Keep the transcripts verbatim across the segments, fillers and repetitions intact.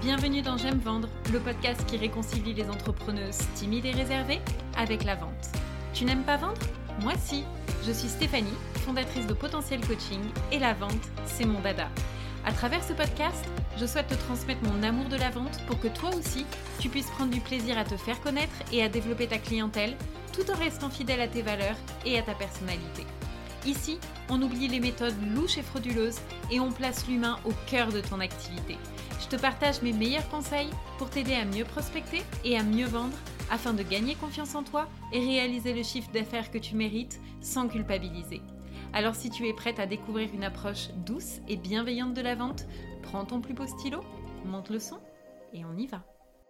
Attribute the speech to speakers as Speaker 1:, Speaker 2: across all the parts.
Speaker 1: Bienvenue dans J'aime vendre, le podcast qui réconcilie les entrepreneuses timides et réservées avec la vente. Tu n'aimes pas vendre ? Moi si. Je suis Stéphanie, fondatrice de Potentiel Coaching et la vente, c'est mon dada. À travers ce podcast, je souhaite te transmettre mon amour de la vente pour que toi aussi, tu puisses prendre du plaisir à te faire connaître et à développer ta clientèle tout en restant fidèle à tes valeurs et à ta personnalité. Ici, on oublie les méthodes louches et frauduleuses et on place l'humain au cœur de ton activité. Je te partage mes meilleurs conseils pour t'aider à mieux prospecter et à mieux vendre afin de gagner confiance en toi et réaliser le chiffre d'affaires que tu mérites sans culpabiliser. Alors si tu es prête à découvrir une approche douce et bienveillante de la vente, prends ton plus beau stylo, monte le son et on y va.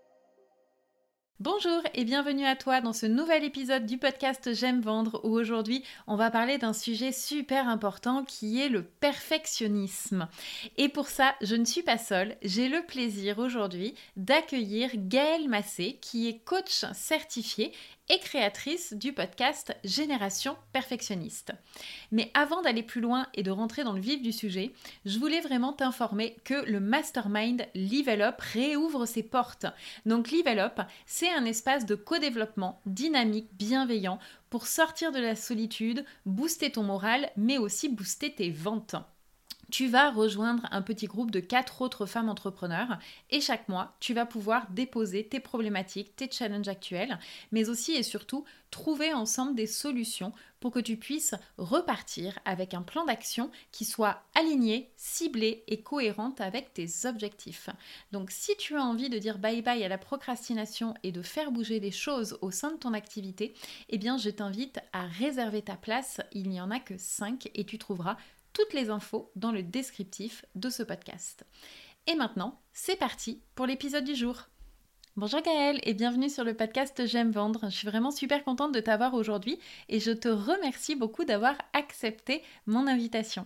Speaker 1: Bonjour et bienvenue à toi dans ce nouvel épisode du podcast J'aime vendre où aujourd'hui on va parler d'un sujet super important qui est le perfectionnisme. Et pour ça, je ne suis pas seule, j'ai le plaisir aujourd'hui d'accueillir Gaëlle Massé qui est coach certifiée et créatrice du podcast Génération Perfectionniste. Mais avant d'aller plus loin et de rentrer dans le vif du sujet, je voulais vraiment t'informer que le Mastermind Level Up réouvre ses portes. Donc Level Up, c'est un espace de co-développement dynamique, bienveillant pour sortir de la solitude, booster ton moral, mais aussi booster tes ventes. Tu vas rejoindre un petit groupe de quatre autres femmes entrepreneurs et chaque mois, tu vas pouvoir déposer tes problématiques, tes challenges actuels, mais aussi et surtout trouver ensemble des solutions pour que tu puisses repartir avec un plan d'action qui soit aligné, ciblé et cohérent avec tes objectifs. Donc si tu as envie de dire bye bye à la procrastination et de faire bouger les choses au sein de ton activité, eh bien je t'invite à réserver ta place, il n'y en a que cinq et tu trouveras toutes les infos dans le descriptif de ce podcast. Et maintenant, c'est parti pour l'épisode du jour. Bonjour Gaëlle et bienvenue sur le podcast J'aime vendre. Je suis vraiment super contente de t'avoir aujourd'hui et je te remercie beaucoup d'avoir accepté mon invitation.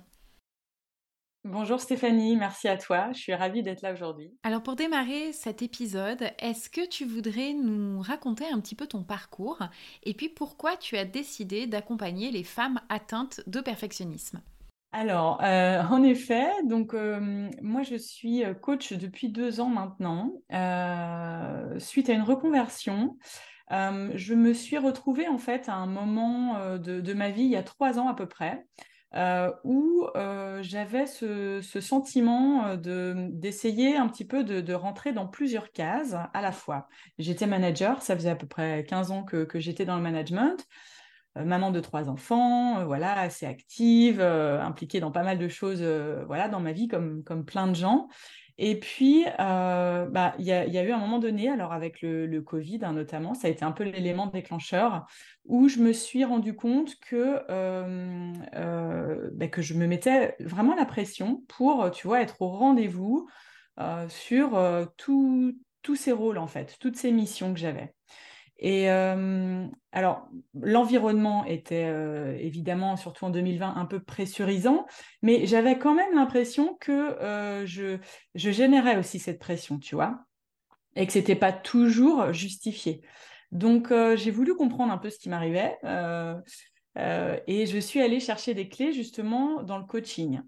Speaker 2: Bonjour Stéphanie, merci à toi, je suis ravie d'être là aujourd'hui.
Speaker 1: Alors pour démarrer cet épisode, est-ce que tu voudrais nous raconter un petit peu ton parcours et puis pourquoi tu as décidé d'accompagner les femmes atteintes de perfectionnisme ?
Speaker 2: Alors, euh, en effet, donc euh, moi je suis coach depuis deux ans maintenant. Euh, suite à une reconversion, euh, je me suis retrouvée en fait à un moment euh, de, de ma vie, il y a trois ans à peu près, euh, où euh, j'avais ce, ce sentiment de, d'essayer un petit peu de, de rentrer dans plusieurs cases à la fois. J'étais manager, ça faisait à peu près quinze ans que, que j'étais dans le management. Euh, maman de trois enfants, euh, voilà, assez active, euh, impliquée dans pas mal de choses, euh, voilà, dans ma vie, comme, comme plein de gens. Et puis, euh, bah, il y a, il y a eu un moment donné, alors avec le, le Covid hein, notamment, ça a été un peu l'élément déclencheur, où je me suis rendu compte que, euh, euh, bah, que je me mettais vraiment la pression pour, tu vois, être au rendez-vous euh, sur euh, tout- tous ces rôles, en fait, toutes ces missions que j'avais. Et euh, alors, l'environnement était euh, évidemment, surtout en deux mille vingt, un peu pressurisant, mais j'avais quand même l'impression que euh, je, je générais aussi cette pression, tu vois, et que c'était pas toujours justifié. Donc, euh, j'ai voulu comprendre un peu ce qui m'arrivait euh, euh, et je suis allée chercher des clés justement dans le coaching.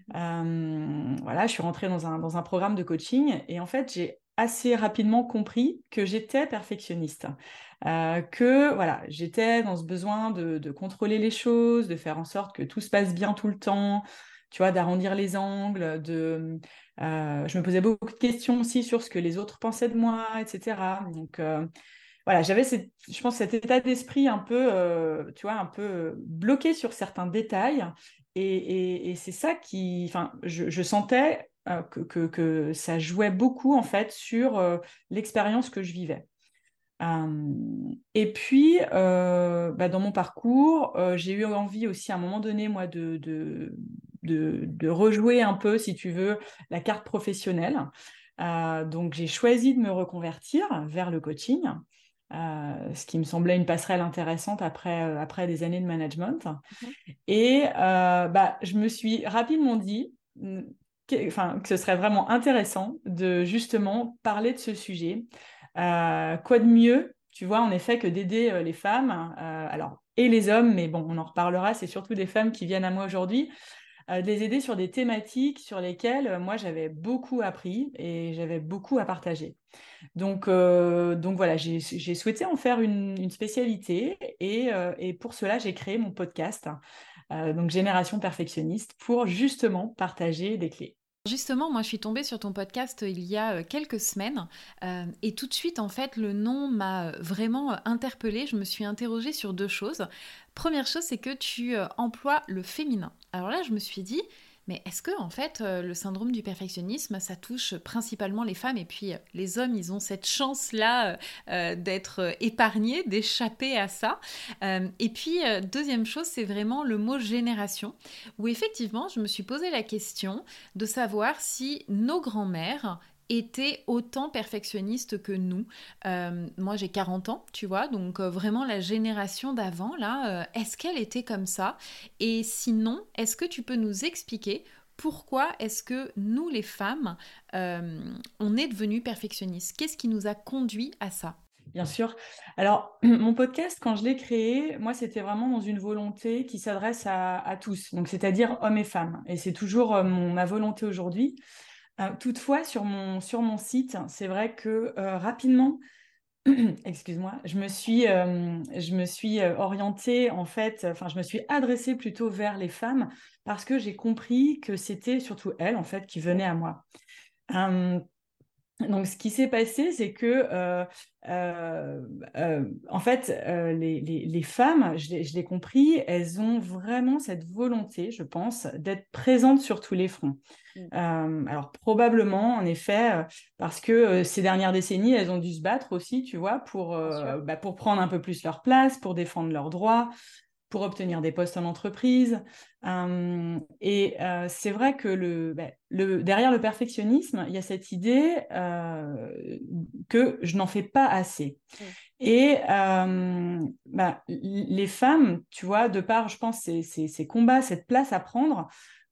Speaker 2: Euh, voilà, je suis rentrée dans un, dans un programme de coaching et en fait, j'ai assez rapidement compris que j'étais perfectionniste, euh, que voilà, j'étais dans ce besoin de, de contrôler les choses, de faire en sorte que tout se passe bien tout le temps, tu vois, d'arrondir les angles, de, euh, je me posais beaucoup de questions aussi sur ce que les autres pensaient de moi, et cetera. Donc euh, voilà, j'avais, cette, je pense, cet état d'esprit un peu, euh, tu vois, un peu euh, bloqué sur certains détails. Et, et- et c'est ça qui, enfin, je, je sentais euh, que, que- que ça jouait beaucoup, en fait, sur euh, l'expérience que je vivais. Euh, et puis, euh, bah, dans mon parcours, euh, j'ai eu envie aussi à un moment donné, moi, de, de, de, de rejouer un peu, si tu veux, la carte professionnelle. Euh, donc, j'ai choisi de me reconvertir vers le coaching, euh, ce qui me semblait une passerelle intéressante après, euh, après des années de management.
Speaker 1: Mhm.
Speaker 2: Et euh, bah, je me suis rapidement dit mm, que, enfin, que ce serait vraiment intéressant de justement parler de ce sujet. Euh, quoi de mieux, tu vois, en effet, que d'aider euh, les femmes, euh, alors, et les hommes, mais bon, on en reparlera, c'est surtout des femmes qui viennent à moi aujourd'hui, euh, de les aider sur des thématiques sur lesquelles euh, moi j'avais beaucoup appris et j'avais beaucoup à partager. Donc, euh, donc voilà, j'ai, j'ai souhaité en faire une, une spécialité et, euh, et pour cela j'ai créé mon podcast, euh, donc Génération Perfectionniste, pour justement partager des clés.
Speaker 1: Justement, moi, je suis tombée sur ton podcast il y a euh, quelques semaines euh, et tout de suite, en fait, le nom m'a euh, vraiment euh, interpellée. Je me suis interrogée sur deux choses. Première chose, c'est que tu euh, emploies le féminin. Alors là, je me suis dit, mais est-ce que, en fait, euh, le syndrome du perfectionnisme, ça touche principalement les femmes et puis euh, les hommes, ils ont cette chance-là euh, euh, d'être euh, épargnés, d'échapper à ça. Euh, et puis, euh, deuxième chose, c'est vraiment le mot génération, où effectivement, je me suis posé la question de savoir si nos grands-mères étaient autant perfectionnistes que nous. Euh, moi, j'ai quarante ans, tu vois, donc euh, vraiment la génération d'avant, là, euh, est-ce qu'elle était comme ça? Et sinon, est-ce que tu peux nous expliquer pourquoi est-ce que nous, les femmes, euh, on est devenues perfectionnistes? Qu'est-ce qui nous a conduit à ça?
Speaker 2: Bien sûr. Alors, mon podcast, quand je l'ai créé, moi, c'était vraiment dans une volonté qui s'adresse à, à tous, donc c'est-à-dire hommes et femmes. Et c'est toujours euh, mon- ma volonté aujourd'hui. Euh, toutefois, sur mon, sur mon site, c'est vrai que euh, rapidement, excuse-moi, je me suis, euh, je me suis euh, orientée, en fait, enfin, je me suis adressée plutôt vers les femmes parce que j'ai compris que c'était surtout elles, en fait, qui venaient à moi. Euh, donc, ce qui s'est passé, c'est que, euh, euh, euh, en fait, euh, les, les- les femmes, je l'ai je l'ai compris, elles ont vraiment cette volonté, je pense, d'être présentes sur tous les fronts.
Speaker 1: Mm.
Speaker 2: Euh, alors, probablement, en effet, euh, parce que euh, ces dernières décennies, elles ont dû se battre aussi, tu vois, pour,
Speaker 1: Bien sûr.
Speaker 2: euh, bah, pour prendre un peu plus leur place, pour défendre leurs droits, pour obtenir des postes en entreprise. Euh, et euh, c'est vrai que le, bah, le, derrière le perfectionnisme, il y a cette idée euh, que je n'en fais pas assez.
Speaker 1: Mm.
Speaker 2: Et euh, bah, les femmes, tu vois, de par, je pense, ces, ces, ces combats, cette place à prendre,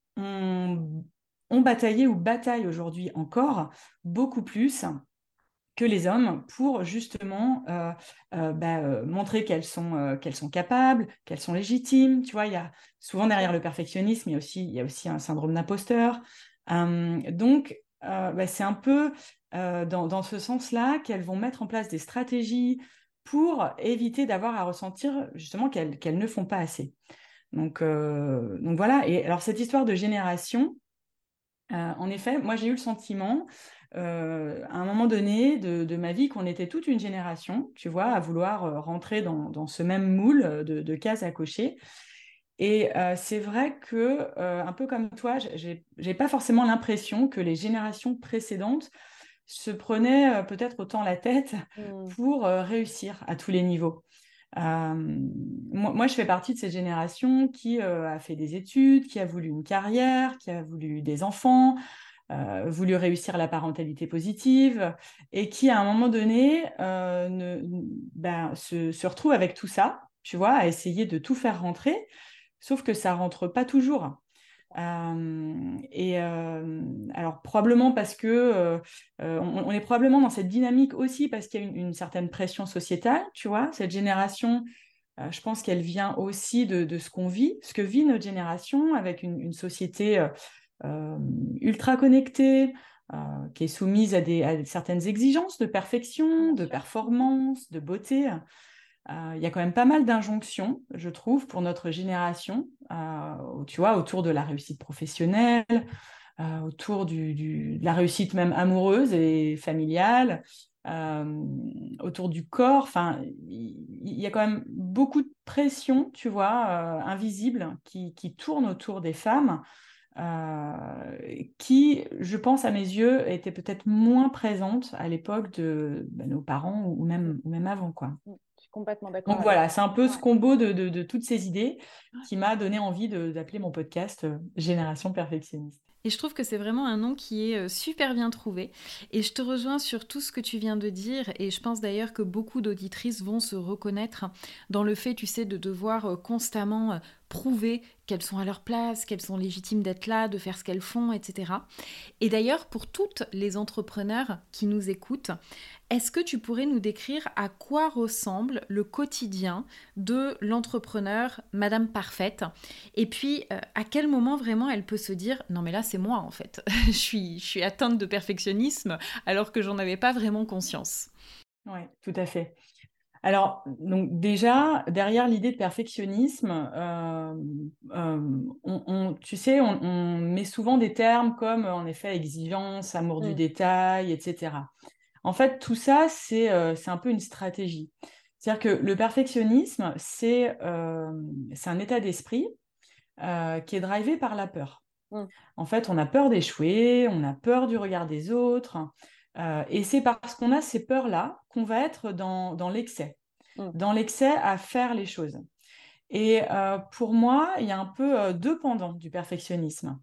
Speaker 2: ont, ont bataillé ou bataillent aujourd'hui encore beaucoup plus que les hommes pour justement euh, euh, bah, euh, montrer qu'elles sont, euh, qu'elles sont capables, qu'elles sont légitimes. Tu vois, il y a souvent derrière le perfectionnisme, il y a aussi, il y a aussi un syndrome d'imposteur. Euh, donc, euh, bah, c'est un peu euh, dans, dans ce sens-là qu'elles vont mettre en place des stratégies pour éviter d'avoir à ressentir justement qu'elles, qu'elles ne font pas assez. Donc, euh, donc voilà. Et alors, cette histoire de génération, euh, en effet, moi j'ai eu le sentiment, euh, à un moment donné de, de ma vie, qu'on était toute une génération, tu vois, à vouloir euh, rentrer dans, dans ce même moule euh, de, de cases à cocher. Et euh, c'est vrai que, euh, un peu comme toi, j'ai, j'ai pas forcément l'impression que les générations précédentes se prenaient euh, peut-être autant la tête
Speaker 1: Mm.
Speaker 2: pour euh, réussir à tous les niveaux. Euh, moi, moi, je fais partie de cette génération qui euh, a fait des études, qui a voulu une carrière, qui a voulu des enfants, euh, voulu réussir la parentalité positive et qui, à un moment donné, euh, ne, ben, se, se retrouve avec tout ça, tu vois, à essayer de tout faire rentrer, sauf que ça rentre pas toujours. Euh, et euh, alors probablement parce que euh, euh, on, on est probablement dans cette dynamique aussi parce qu'il y a une, une certaine pression sociétale, tu vois, cette génération. Euh, je pense qu'elle vient aussi de, de ce qu'on vit, ce que vit notre génération avec une, une société euh, euh, ultra connectée, euh, qui est soumise à, des, à certaines exigences de perfection,
Speaker 1: Bien
Speaker 2: de
Speaker 1: sûr.
Speaker 2: performance, de beauté. Euh, Il y a quand même pas mal d'injonctions, je trouve, pour notre génération, euh, tu vois, autour de la réussite professionnelle, euh, autour du, du- de la réussite même amoureuse et familiale, euh, autour du corps. Enfin, il il y, a quand même beaucoup de pression, tu vois, euh, invisible qui, qui tourne autour des femmes, euh, qui, je pense, à mes yeux, était peut-être moins présente à l'époque de ben, nos parents ou
Speaker 1: Mm.
Speaker 2: même, ou même avant, quoi.
Speaker 1: Mm. Je suis complètement d'accord
Speaker 2: Donc
Speaker 1: avec
Speaker 2: voilà,
Speaker 1: toi.
Speaker 2: c'est un peu ce
Speaker 1: Ouais.
Speaker 2: combo de, de- de toutes ces idées qui m'a donné envie de- d'appeler mon podcast euh, Génération Perfectionniste.
Speaker 1: Et je trouve que c'est vraiment un nom qui est euh, super bien trouvé. Et je te rejoins sur tout ce que tu viens de dire. Et je pense d'ailleurs que beaucoup d'auditrices vont se reconnaître dans le fait, tu sais, de devoir euh, constamment euh, prouver qu'elles sont à leur place, qu'elles sont légitimes d'être là, de faire ce qu'elles font, et cetera. Et d'ailleurs, pour toutes les entrepreneurs qui nous écoutent, est-ce que tu pourrais nous décrire à quoi ressemble le quotidien de l'entrepreneur Madame Parfait ? parfaite. Et puis, euh, à quel moment vraiment elle peut se dire « Non, mais là, c'est moi, en fait. je, suis, je suis atteinte de perfectionnisme alors que j'en avais pas vraiment conscience. »
Speaker 2: Oui, tout à fait. Alors, donc déjà, derrière l'idée de perfectionnisme, euh, euh, on, on- tu sais, on, on met souvent des termes comme, en effet, exigence, amour du
Speaker 3: Mm.
Speaker 2: détail, et cetera. En fait, tout ça, c'est euh, c'est un peu une stratégie. C'est-à-dire que le perfectionnisme, c'est euh, c'est un état d'esprit euh, qui est drivé par la peur.
Speaker 3: Mm.
Speaker 2: En fait, on a peur d'échouer, on a peur du regard des autres, euh, et c'est parce qu'on a ces peurs-là qu'on va être dans, dans l'excès,
Speaker 3: Mm.
Speaker 2: dans l'excès à faire les choses. Et euh, pour moi, il y a un peu euh, deux pendants du perfectionnisme.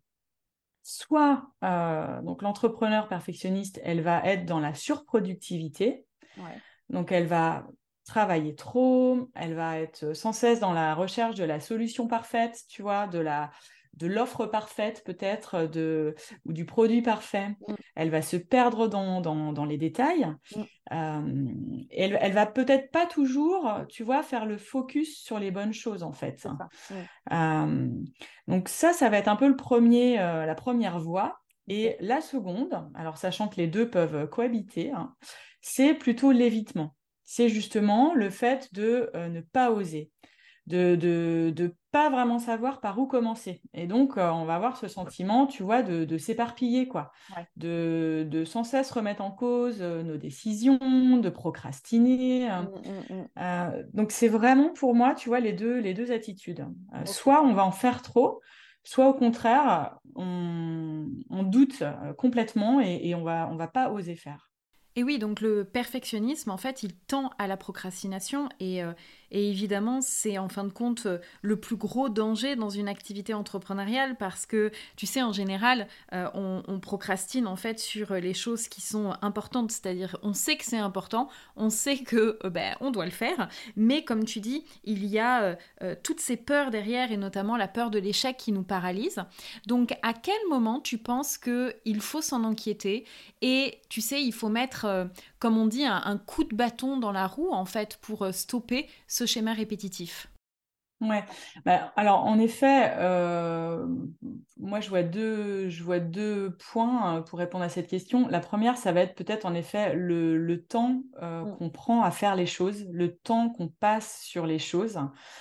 Speaker 2: Soit, euh, donc l'entrepreneur perfectionniste, elle va être dans la surproductivité,
Speaker 3: Ouais.
Speaker 2: donc elle va travailler trop, elle va être sans cesse dans la recherche de la solution parfaite, tu vois, de la de l'offre parfaite peut-être, de, ou du produit parfait.
Speaker 3: Mm.
Speaker 2: Elle va se perdre dans, dans, dans les détails.
Speaker 3: Mm.
Speaker 2: Euh, elle, elle va peut-être pas toujours, tu vois, faire le focus sur les bonnes choses en fait.
Speaker 3: C'est ça. Mm.
Speaker 2: Euh, donc ça, ça va être un peu le premier, euh, la première voie. Et
Speaker 3: Ok.
Speaker 2: la seconde, alors sachant que les deux peuvent cohabiter, hein, c'est plutôt l'évitement. C'est justement le fait de euh, ne pas oser, de, de, de pas vraiment savoir par où commencer. Et donc, euh, on va avoir ce sentiment, tu vois, de, de s'éparpiller, quoi,
Speaker 3: Ouais.
Speaker 2: de, de sans cesse remettre en cause euh, nos décisions, de procrastiner.
Speaker 3: Mm,
Speaker 2: euh,
Speaker 3: mm, mm.
Speaker 2: euh, donc, c'est vraiment pour moi, tu vois, les deux, les deux attitudes. Euh,
Speaker 3: Ok.
Speaker 2: soit on va en faire trop, soit au contraire, on, on doute euh, complètement et, et on va, on va pas oser faire.
Speaker 1: Et oui, donc le perfectionnisme, en fait, il tend à la procrastination et, euh, et évidemment, c'est en fin de compte euh, le plus gros danger dans une activité entrepreneuriale parce que, tu sais, en général, euh, on, on procrastine en fait sur les choses qui sont importantes, c'est-à-dire on sait que c'est important, on sait que euh, ben, on doit le faire, mais comme tu dis, il y a euh, euh, toutes ces peurs derrière et notamment la peur de l'échec qui nous paralyse. Donc, à quel moment tu penses qu'il faut s'en inquiéter et tu sais, il faut mettre, euh, comme on dit, un, un coup de bâton dans la roue, en fait, pour euh, stopper ce schéma répétitif.
Speaker 2: Ouais, bah, alors en effet, euh, moi je vois deux, je vois deux points euh, pour répondre à cette question. La première, ça va être peut-être en effet le, le temps euh,
Speaker 3: Mm.
Speaker 2: qu'on prend à faire les choses, le temps qu'on passe sur les choses.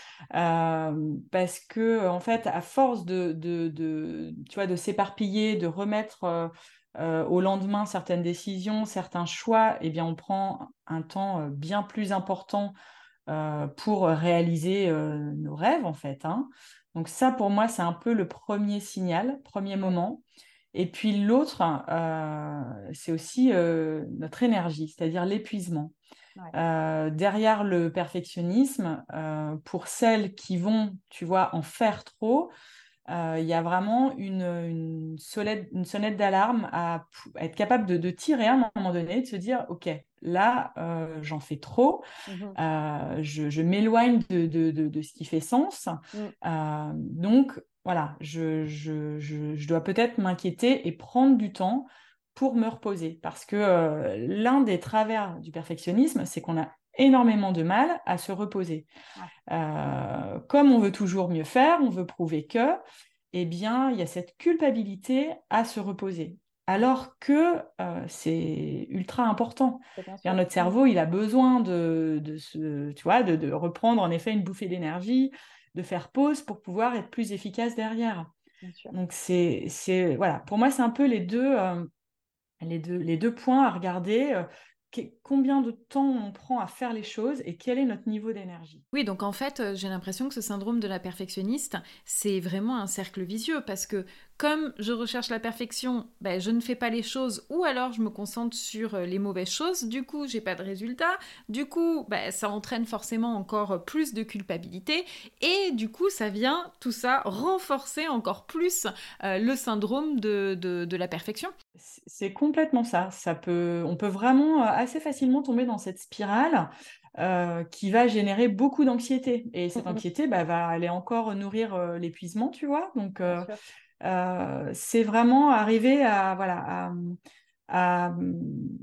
Speaker 2: Euh, parce que en fait, à force de, de, de, tu vois, de s'éparpiller, de remettre euh, euh, au lendemain certaines décisions, certains choix, eh bien on prend un temps euh, bien plus important euh, pour réaliser euh, nos rêves, en fait, hein. Donc ça, pour moi, c'est un peu le premier signal, premier
Speaker 3: Ouais.
Speaker 2: moment. Et puis l'autre, euh, c'est aussi euh, notre énergie, c'est-à-dire l'épuisement.
Speaker 3: Ouais.
Speaker 2: Euh, derrière le perfectionnisme, euh, pour celles qui vont, tu vois, en faire trop, euh, il y a vraiment une, une, sonnette, une sonnette d'alarme à, à être capable de, de tirer à un moment donné, de se dire, OK, là, euh, j'en fais trop,
Speaker 3: Mhm.
Speaker 2: euh, je, je m'éloigne de, de, de, de ce qui fait sens.
Speaker 3: Mm.
Speaker 2: Euh, donc, voilà, je, je, je, je dois peut-être m'inquiéter et prendre du temps pour me reposer. Parce que euh, l'un des travers du perfectionnisme, c'est qu'on a énormément de mal à se reposer.
Speaker 3: Ouais.
Speaker 2: Euh, comme on veut toujours mieux faire, on veut prouver que, eh bien, il y a cette culpabilité à se reposer.
Speaker 3: Ouais.
Speaker 2: Alors que euh, c'est ultra important.
Speaker 3: C'est bien
Speaker 2: C'est-à-dire,
Speaker 3: sûr.
Speaker 2: notre
Speaker 3: Mm.
Speaker 2: cerveau, il a besoin de, de, se, tu vois, de, de reprendre en effet une bouffée d'énergie, de faire pause pour pouvoir être plus efficace derrière.
Speaker 3: Bien sûr.
Speaker 2: Donc, c'est, c'est, voilà, pour moi, c'est un peu les deux, euh, les deux, les deux points à regarder. euh, que- combien de temps on prend à faire les choses et quel est notre niveau d'énergie.
Speaker 1: Oui, donc en fait, euh, j'ai l'impression que ce syndrome de la perfectionniste, c'est vraiment un cercle vicieux parce que comme je recherche la perfection, ben, je ne fais pas les choses ou alors je me concentre sur euh, les mauvaises choses, du coup, j'ai pas de résultat, du coup, ben, ça entraîne forcément encore plus de culpabilité et du coup, ça vient tout ça renforcer encore plus euh, le syndrome de, de, de la perfection.
Speaker 2: C'est c'est complètement ça. Ça peut, on peut vraiment euh, assez facilement tomber dans cette spirale euh, qui va générer beaucoup d'anxiété. Et
Speaker 3: Mm,
Speaker 2: cette
Speaker 3: mm.
Speaker 2: anxiété bah, va aller encore nourrir euh, l'épuisement, tu vois. Donc,
Speaker 3: Bien
Speaker 2: euh,
Speaker 3: sûr.
Speaker 2: euh, c'est vraiment arriver à, voilà, à, à,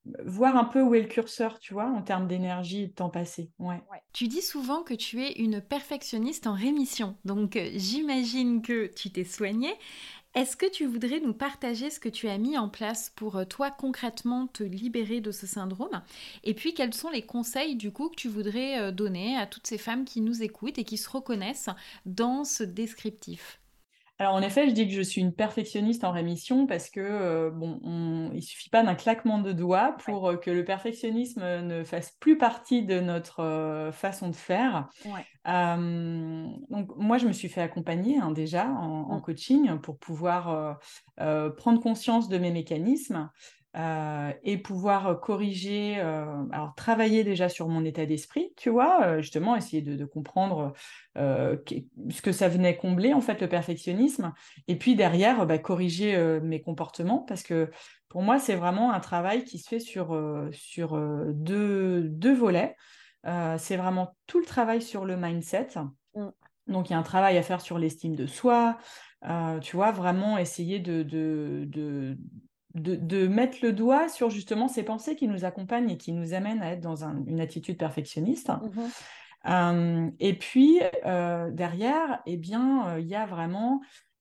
Speaker 2: voir un peu où est le curseur, tu vois, en termes d'énergie et de temps passé. Ouais.
Speaker 1: Ouais. Tu dis souvent que tu es une perfectionniste en rémission, donc euh, j'imagine que tu t'es soignée. Est-ce que tu voudrais nous partager ce que tu as mis en place pour euh, toi concrètement te libérer de ce syndrome? Et puis quels sont les conseils du coup que tu voudrais euh, donner à toutes ces femmes qui nous écoutent et qui se reconnaissent dans ce descriptif?
Speaker 2: Alors en effet, je dis que je suis une perfectionniste en rémission parce que euh, bon, on, il suffit pas d'un claquement de doigts
Speaker 1: Ouais.
Speaker 2: pour euh, que le perfectionnisme ne fasse plus partie de notre euh, façon de faire.
Speaker 1: Ouais.
Speaker 2: Euh, donc moi, je me suis fait accompagner hein, déjà en, en
Speaker 1: Mm.
Speaker 2: coaching pour pouvoir euh, euh, prendre conscience de mes mécanismes euh, et pouvoir corriger, euh, alors travailler déjà sur mon état d'esprit, tu vois, euh, justement essayer de, de comprendre euh, qu'est- ce que ça venait combler en fait le perfectionnisme, et puis derrière bah, corriger euh, mes comportements parce que pour moi c'est vraiment un travail qui se fait sur, euh, sur euh, deux, deux volets. Euh, c'est vraiment tout le travail sur le mindset.
Speaker 1: Mm.
Speaker 2: Donc, il y a un travail à faire sur l'estime de soi. Euh, tu vois, vraiment essayer de, de, de, de, de mettre le doigt sur justement ces pensées qui nous accompagnent et qui nous amènent à être dans un- une attitude perfectionniste.
Speaker 1: Mhm.
Speaker 2: Euh, et puis, euh, derrière, eh bien, euh, il y a vraiment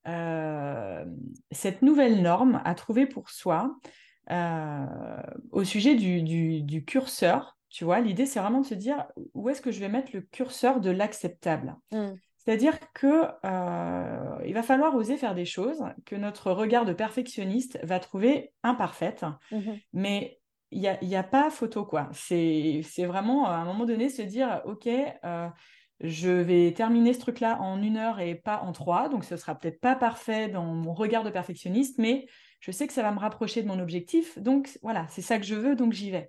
Speaker 2: euh, cette nouvelle norme à trouver pour soi euh, au sujet du, du, du curseur. Tu vois, l'idée, c'est vraiment de se dire où est-ce que je vais mettre le curseur de l'acceptable.
Speaker 1: Mm.
Speaker 2: C'est-à-dire que euh, il va falloir oser faire des choses que notre regard de perfectionniste va trouver imparfaites,
Speaker 1: Mhm.
Speaker 2: mais il n'y a, il y a pas photo, quoi. C'est, c'est vraiment, à un moment donné, se dire, OK, euh, je vais terminer ce truc-là en une heure et pas en trois, donc ce sera peut-être pas parfait dans mon regard de perfectionniste, mais je sais que ça va me rapprocher de mon objectif, donc voilà, c'est ça que je veux, donc j'y vais.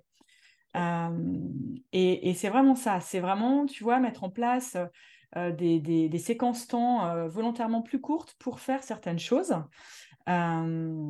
Speaker 2: Euh, et, et c'est vraiment ça, c'est vraiment, tu vois, mettre en place euh, des, des- des séquences temps euh, volontairement plus courtes pour faire certaines choses. Euh,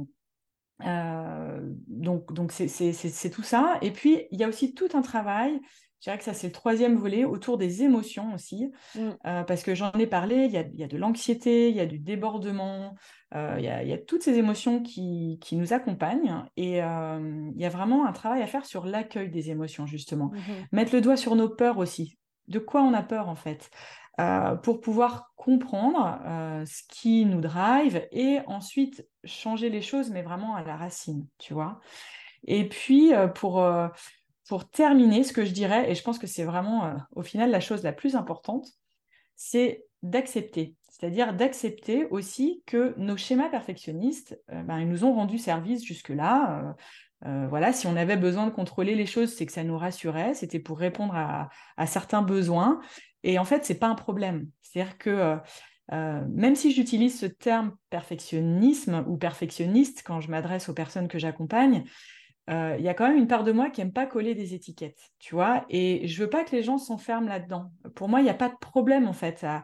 Speaker 2: euh, donc, donc c'est c'est- c'est- c'est tout ça. Et puis, il y a aussi tout un travail, je dirais que ça, c'est le troisième volet, autour des émotions aussi.
Speaker 1: Mm.
Speaker 2: Euh, parce que j'en ai parlé, il y a, il y a de l'anxiété, il y a du débordement, euh, il y a, il y a toutes ces émotions qui, qui nous accompagnent. Et euh, il y a vraiment un travail à faire sur l'accueil des émotions, justement.
Speaker 1: Mhm.
Speaker 2: Mettre le doigt sur nos peurs aussi. De quoi on a peur, en fait, euh, pour pouvoir comprendre euh, ce qui nous drive et ensuite changer les choses, mais vraiment à la racine, tu vois. Et puis, euh, pour, euh, pour terminer, ce que je dirais, et je pense que c'est vraiment, euh, au final, la chose la plus importante, c'est d'accepter. C'est-à-dire d'accepter aussi que nos schémas perfectionnistes, euh, ben, ils nous ont rendu service jusque-là. Euh, euh, voilà, si on avait besoin de contrôler les choses, c'est que ça nous rassurait, c'était pour répondre à, à certains besoins. Et en fait, c'est pas un problème. C'est-à-dire que euh, euh, même si j'utilise ce terme perfectionnisme ou perfectionniste quand je m'adresse aux personnes que j'accompagne, euh, il y a quand même une part de moi qui aime pas coller des étiquettes, tu vois, et je veux pas que les gens s'enferment là-dedans. Pour moi, il n'y a pas de problème en fait à,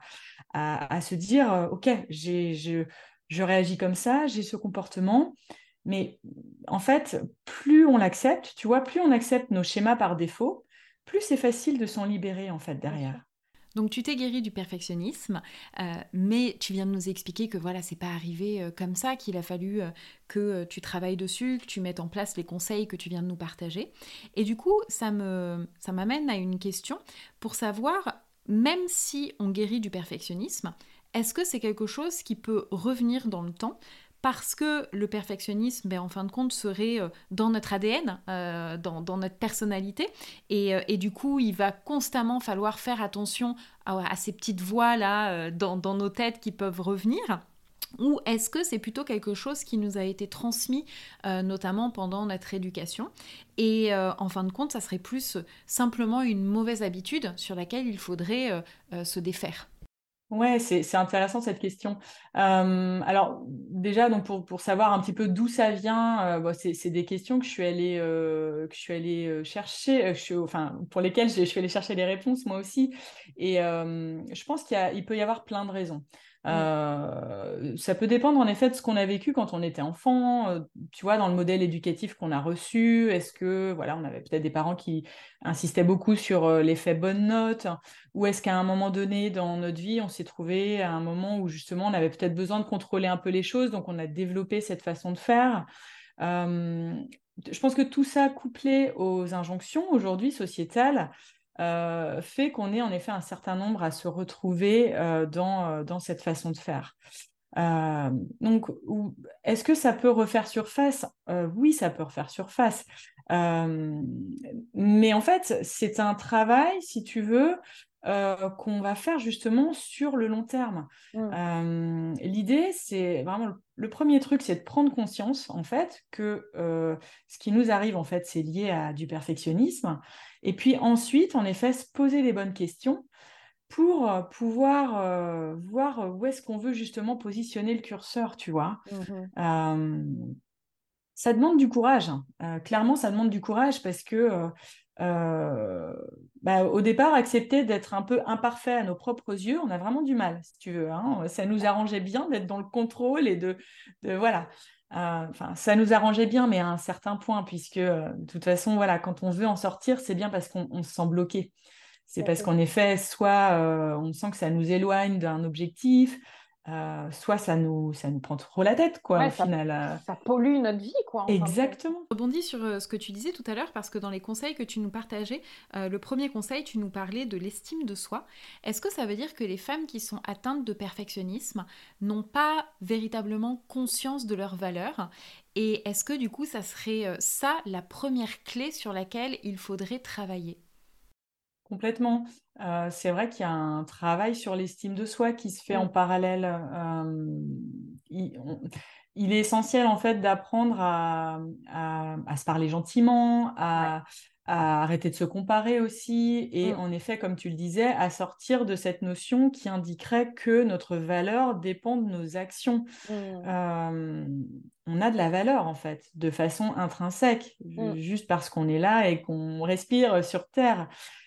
Speaker 2: à, à se dire, euh, ok, j'ai, je, je réagis comme ça, j'ai ce comportement, mais en fait, plus on l'accepte, tu vois, plus on accepte nos schémas par défaut, plus c'est facile de s'en libérer en fait
Speaker 1: Bien sûr.
Speaker 2: derrière.
Speaker 1: Donc tu t'es guéri du perfectionnisme, euh, mais tu viens de nous expliquer que voilà, c'est pas arrivé euh, comme ça, qu'il a fallu euh, que euh, tu travailles dessus, que tu mettes en place les conseils que tu viens de nous partager. Et du coup, ça me, ça m'amène à une question pour savoir, même si on guérit du perfectionnisme, est-ce que c'est quelque chose qui peut revenir dans le temps? Parce que le perfectionnisme, ben, en fin de compte, serait euh, dans notre A D N, euh, dans, dans notre personnalité. Et, euh, et du coup, il va constamment falloir faire attention à, à ces petites voix-là euh, dans, dans nos têtes qui peuvent revenir. Ou est-ce que c'est plutôt quelque chose qui nous a été transmis, euh, notamment pendant notre éducation? Et euh, en fin de compte, ça serait plus euh, simplement une mauvaise habitude sur laquelle il faudrait euh, euh, se défaire.
Speaker 2: Ouais, c'est, c'est intéressant cette question. Euh, alors déjà, donc pour, pour savoir un petit peu d'où ça vient, euh, bon, c'est, c'est des questions que je suis allée, euh, que je suis allée euh, chercher, euh, je suis, enfin, pour lesquelles je, je suis allée chercher les réponses moi aussi. Et euh, je pense qu'il y a, il peut y avoir plein de raisons.
Speaker 1: Mm.
Speaker 2: Euh, ça peut dépendre en effet de ce qu'on a vécu quand on était enfant, euh, tu vois, dans le modèle éducatif qu'on a reçu. Est-ce que, voilà, on avait peut-être des parents qui insistaient beaucoup sur euh, l'effet bonne note, ou est-ce qu'à un moment donné dans notre vie, on s'est trouvé à un moment où justement on avait peut-être besoin de contrôler un peu les choses, donc on a développé cette façon de faire. Euh, je pense que tout ça couplé aux injonctions aujourd'hui sociétales euh, fait qu'on est en effet un certain nombre à se retrouver euh, dans, euh, dans cette façon de faire. Euh, donc, ou- est-ce que ça peut refaire surface? Euh, Oui, ça peut refaire surface. Euh, mais en fait, c'est un travail, si tu veux, euh, qu'on va faire justement sur le long terme.
Speaker 3: Mm.
Speaker 2: Euh, l'idée, c'est vraiment le, le premier truc, c'est de prendre conscience, en fait, que euh, ce qui nous arrive, en fait, c'est lié à du perfectionnisme. Et puis ensuite, en effet, se poser les bonnes questions pour euh, pouvoir euh, voir où est-ce qu'on veut justement positionner le curseur, tu vois.
Speaker 3: Mhm.
Speaker 2: Euh, Ça demande du courage, hein. Euh, clairement, ça demande du courage parce que euh, euh, bah, au départ, accepter d'être un peu imparfait à nos propres yeux, on a vraiment du mal, si tu veux, hein. Ça nous arrangeait bien d'être dans le contrôle et de, de voilà. Euh, Enfin, ça nous arrangeait bien, mais à un certain point, puisque euh, de toute façon, voilà, quand on veut en sortir, c'est bien parce qu'on on se sent bloqué. C'est
Speaker 3: Tout à
Speaker 2: parce
Speaker 3: fait.
Speaker 2: qu'en effet, soit euh, on sent que ça nous éloigne d'un objectif, euh, soit ça nous, ça nous prend trop la tête, quoi, au
Speaker 3: Ouais, ça,
Speaker 2: final. Euh,
Speaker 3: ça pollue notre vie, quoi, en fin de compte.
Speaker 2: exactement.
Speaker 1: Je rebondis sur euh, ce que tu disais tout à l'heure parce que dans les conseils que tu nous partageais, euh, le premier conseil, tu nous parlais de l'estime de soi. Est-ce que ça veut dire que les femmes qui sont atteintes de perfectionnisme n'ont pas véritablement conscience de leur valeur? Et est-ce que du coup, ça serait euh, ça la première clé sur laquelle il faudrait travailler?
Speaker 2: Complètement. Euh, c'est vrai qu'il y a un travail sur l'estime de soi qui se fait en
Speaker 3: Mm.
Speaker 2: parallèle. Euh, il, on- il est essentiel en fait d'apprendre à, à- à se parler gentiment,
Speaker 3: Ouais.
Speaker 2: à, à arrêter de se comparer aussi, et
Speaker 3: Mm.
Speaker 2: en effet, comme tu le disais, à sortir de cette notion qui indiquerait que notre valeur dépend de nos actions.
Speaker 3: Mm.
Speaker 2: Euh, on a de la valeur en fait, de façon intrinsèque,
Speaker 3: Mm.
Speaker 2: ju- juste parce qu'on est là et qu'on respire sur Terre.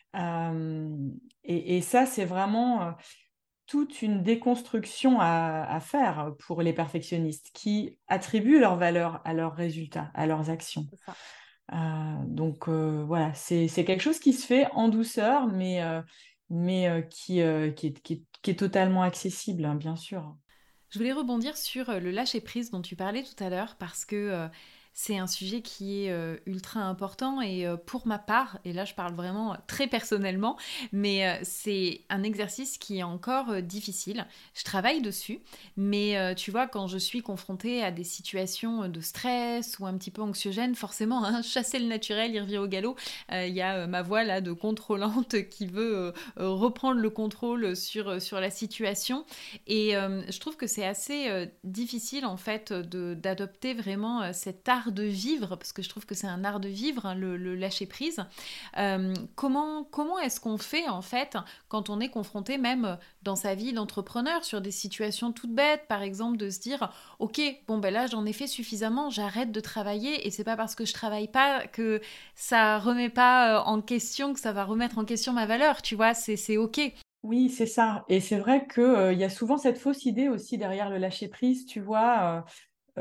Speaker 2: Euh, et, et ça, c'est vraiment euh, toute une déconstruction à, à faire pour les perfectionnistes qui attribuent leur valeur à leurs résultats, à leurs actions.
Speaker 3: C'est ça.
Speaker 2: Euh, donc euh, voilà, c'est, c'est quelque chose qui se fait en douceur, mais, euh, mais euh, qui, euh, qui est, qui est- qui est totalement accessible, hein, bien sûr.
Speaker 1: Je voulais rebondir sur euh, le lâcher-prise dont tu parlais tout à l'heure parce que euh, c'est un sujet qui est euh, ultra important et euh, pour ma part, et là je parle vraiment euh, très personnellement, mais euh, c'est un exercice qui est encore euh, difficile. Je travaille dessus, mais euh, tu vois, quand je suis confrontée à des situations de stress ou un petit peu anxiogènes, forcément, hein, chasser le naturel, il revient au galop. Euh, Il y a euh, ma voix là de contrôlante qui veut euh, euh, reprendre le contrôle sur, euh, sur la situation. Et euh, je trouve que c'est assez euh, difficile en fait de, d'adopter vraiment euh, cet art de vivre, parce que je trouve que c'est un art de vivre, hein, le, le lâcher prise. Euh, comment comment est-ce qu'on fait en fait quand on est confronté même euh, dans sa vie d'entrepreneur sur des situations toutes bêtes, par exemple de se dire ok bon ben là j'en ai fait suffisamment, j'arrête de travailler et c'est pas parce que je travaille pas que ça remet pas euh, en question, que ça va remettre en question ma valeur, tu vois, c'est c'est ok.
Speaker 2: Oui, c'est ça. Et c'est vrai qu'il euh, y a souvent cette fausse idée aussi derrière le lâcher-prise, tu vois. euh,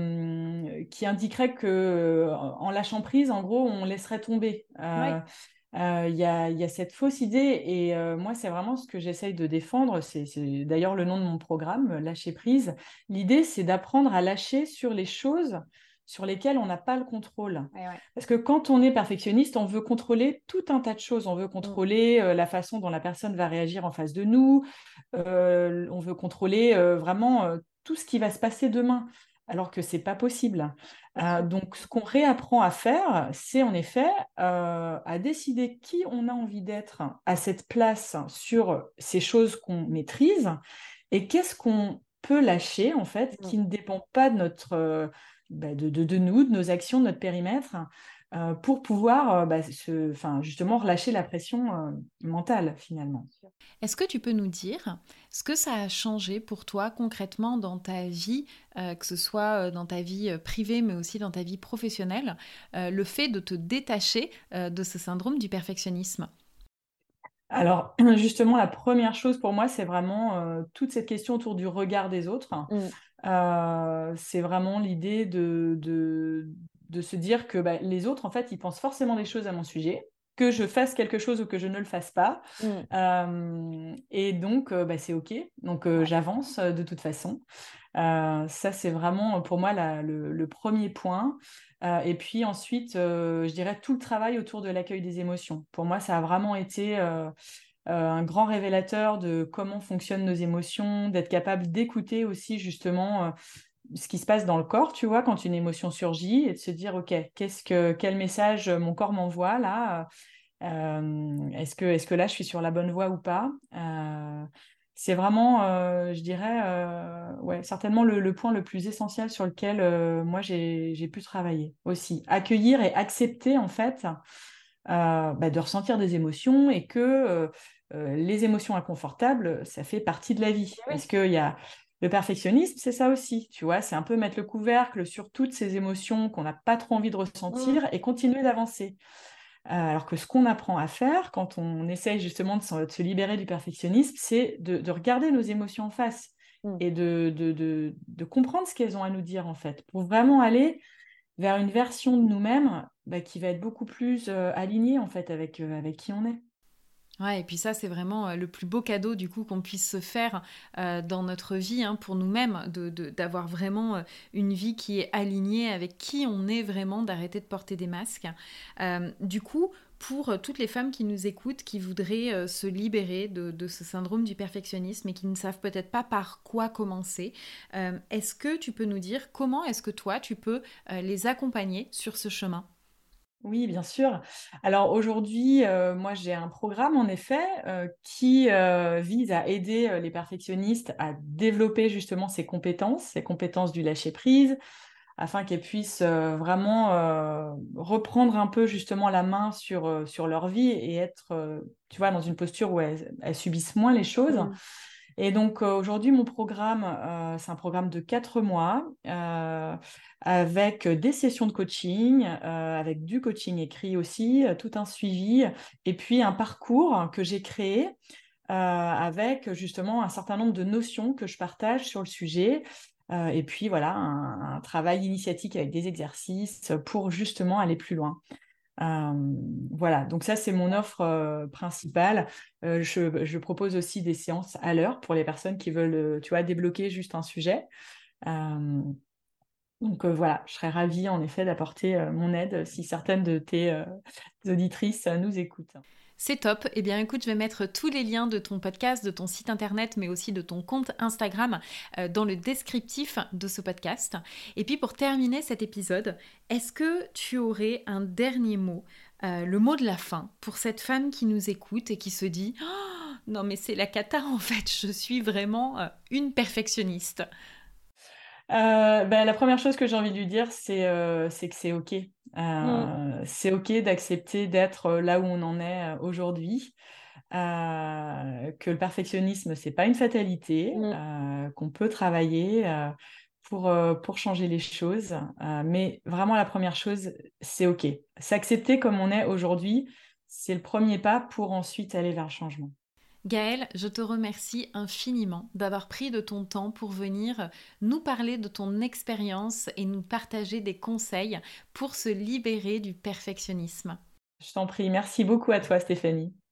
Speaker 2: euh, qui indiquerait que euh, en lâchant prise, en gros, on laisserait tomber.
Speaker 3: Oui.
Speaker 2: Euh, euh, Il y a, il y a cette fausse idée et euh, moi, c'est vraiment ce que j'essaye de défendre. C'est, c'est d'ailleurs le nom de mon programme, Lâcher prise. L'idée, c'est d'apprendre à lâcher sur les choses sur lesquelles on n'a pas le contrôle.
Speaker 3: Ouais, ouais.
Speaker 2: Parce que quand on est perfectionniste, on veut contrôler tout un tas de choses. On veut
Speaker 3: Mm.
Speaker 2: contrôler euh, la façon dont la personne va réagir en face de nous. Euh, on veut contrôler euh, vraiment euh, tout ce qui va se passer demain alors que c'est pas possible.
Speaker 3: Bien
Speaker 2: Euh,
Speaker 3: sûr.
Speaker 2: donc, ce qu'on réapprend à faire, c'est en effet euh, à décider qui on a envie d'être à cette place sur ces choses qu'on maîtrise et qu'est-ce qu'on peut lâcher, en fait,
Speaker 3: Mm.
Speaker 2: qui ne dépend pas de notre, euh, bah, de, de- de nous, de nos actions, de notre périmètre, euh, pour pouvoir euh, bah, se, enfin, justement relâcher la pression euh, mentale, finalement.
Speaker 1: Est-ce que tu peux nous dire ce que ça a changé pour toi concrètement dans ta vie, euh, que ce soit euh, dans ta vie euh, privée mais aussi dans ta vie professionnelle, euh, le fait de te détacher euh, de ce syndrome du perfectionnisme?
Speaker 2: Alors, justement, la première chose pour moi, c'est vraiment euh, toute cette question autour du regard des autres.
Speaker 3: Mm.
Speaker 2: Euh, c'est vraiment l'idée de, de, de se dire que bah, les autres, en fait, ils pensent forcément des choses à mon sujet. que je fasse quelque chose ou que je ne le fasse pas.
Speaker 3: Mm.
Speaker 2: Euh, et donc, euh, bah, c'est OK. Donc, euh,
Speaker 3: Ouais.
Speaker 2: j'avance euh, de toute façon. Euh, ça, c'est vraiment pour moi la- le, le premier point. Euh, et puis ensuite, euh, je dirais tout le travail autour de l'accueil des émotions. Pour moi, ça a vraiment été euh, euh, un grand révélateur de comment fonctionnent nos émotions, d'être capable d'écouter aussi justement euh, ce qui se passe dans le corps, tu vois, quand une émotion surgit, et de se dire, OK, qu'est-ce que, quel message mon corps m'envoie là? Euh, est-ce que, est-ce que là, je suis sur la bonne voie ou pas? Euh, c'est vraiment, euh, je dirais, euh, ouais, certainement le, le point le plus essentiel sur lequel euh, moi j'ai, j'ai pu travailler aussi. Accueillir et accepter, en fait, euh, bah, de ressentir des émotions et que euh, euh, les émotions inconfortables, ça fait partie de la vie.
Speaker 3: Eh
Speaker 2: Parce
Speaker 3: oui.
Speaker 2: qu'il y a le perfectionnisme, c'est ça aussi, tu vois, c'est un peu mettre le couvercle sur toutes ces émotions qu'on n'a pas trop envie de
Speaker 3: Mm.
Speaker 2: ressentir et continuer d'avancer. Euh, alors que ce qu'on apprend à faire quand on essaye justement de se, de se libérer du perfectionnisme, c'est de, de regarder nos émotions en face
Speaker 3: Mm.
Speaker 2: et de, de, de, de comprendre ce qu'elles ont à nous dire en fait, pour vraiment aller vers une version de nous-mêmes bah, qui va être beaucoup plus euh, alignée en fait avec, euh, avec qui on est.
Speaker 1: Ouais, et puis ça, c'est vraiment euh, le plus beau cadeau du coup qu'on puisse se faire euh, dans notre vie hein, pour nous-mêmes, de, de- d'avoir vraiment euh, une vie qui est alignée avec qui on est vraiment, d'arrêter de porter des masques. Euh, du coup, pour euh, toutes les femmes qui nous écoutent, qui voudraient euh, se libérer de, de ce syndrome du perfectionnisme et qui ne savent peut-être pas par quoi commencer, euh, est-ce que tu peux nous dire comment est-ce que toi, tu peux euh, les accompagner sur ce chemin?
Speaker 2: Oui, bien sûr. Alors aujourd'hui, euh, moi j'ai un programme en effet euh, qui euh, vise à aider euh, les perfectionnistes à développer justement ces compétences, ces compétences du lâcher-prise, afin qu'elles puissent euh, vraiment euh, reprendre un peu justement la main sur, euh, sur leur vie et être, euh, tu vois, dans une posture où elles, elles subissent moins les choses.
Speaker 3: Mm.
Speaker 2: Et donc euh, aujourd'hui, mon programme, euh, c'est un programme de quatre mois euh, avec des sessions de coaching, euh, avec du coaching écrit aussi, euh, tout un suivi, et puis un parcours que j'ai créé euh, avec justement un certain nombre de notions que je partage sur le sujet. Euh, et puis voilà, un, un travail initiatique avec des exercices pour justement aller plus loin. Euh, voilà, donc ça c'est mon offre euh, principale. Euh, je, je propose aussi des séances à l'heure pour les personnes qui veulent, euh, tu vois, débloquer juste un sujet. Euh, donc euh, voilà, je serais ravie en effet d'apporter euh, mon aide si certaines de tes euh, auditrices euh, nous écoutent.
Speaker 1: C'est top. Eh bien, écoute, je vais mettre tous les liens de ton podcast, de ton site internet, mais aussi de ton compte Instagram euh, dans le descriptif de ce podcast. Et puis, pour terminer cet épisode, est-ce que tu aurais un dernier mot, euh, le mot de la fin, pour cette femme qui nous écoute et qui se dit oh, non, mais c'est la cata en fait, je suis vraiment euh, une perfectionniste.
Speaker 2: Euh, ben, la première chose que j'ai envie de lui dire, c'est euh, c'est que c'est OK.
Speaker 3: Mm.
Speaker 2: Euh, c'est OK d'accepter d'être euh, là où on en est euh, aujourd'hui. Euh, que le perfectionnisme, c'est pas une fatalité,
Speaker 3: Mm.
Speaker 2: euh, qu'on peut travailler euh, pour, euh, pour changer les choses. Euh, mais vraiment, la première chose, c'est OK. S'accepter comme on est aujourd'hui, c'est le premier pas pour ensuite aller vers le changement.
Speaker 1: Gaëlle, je te remercie infiniment d'avoir pris de ton temps pour venir nous parler de ton expérience et nous partager des conseils pour se libérer du perfectionnisme.
Speaker 2: Je t'en prie. Merci beaucoup à toi, Stéphanie.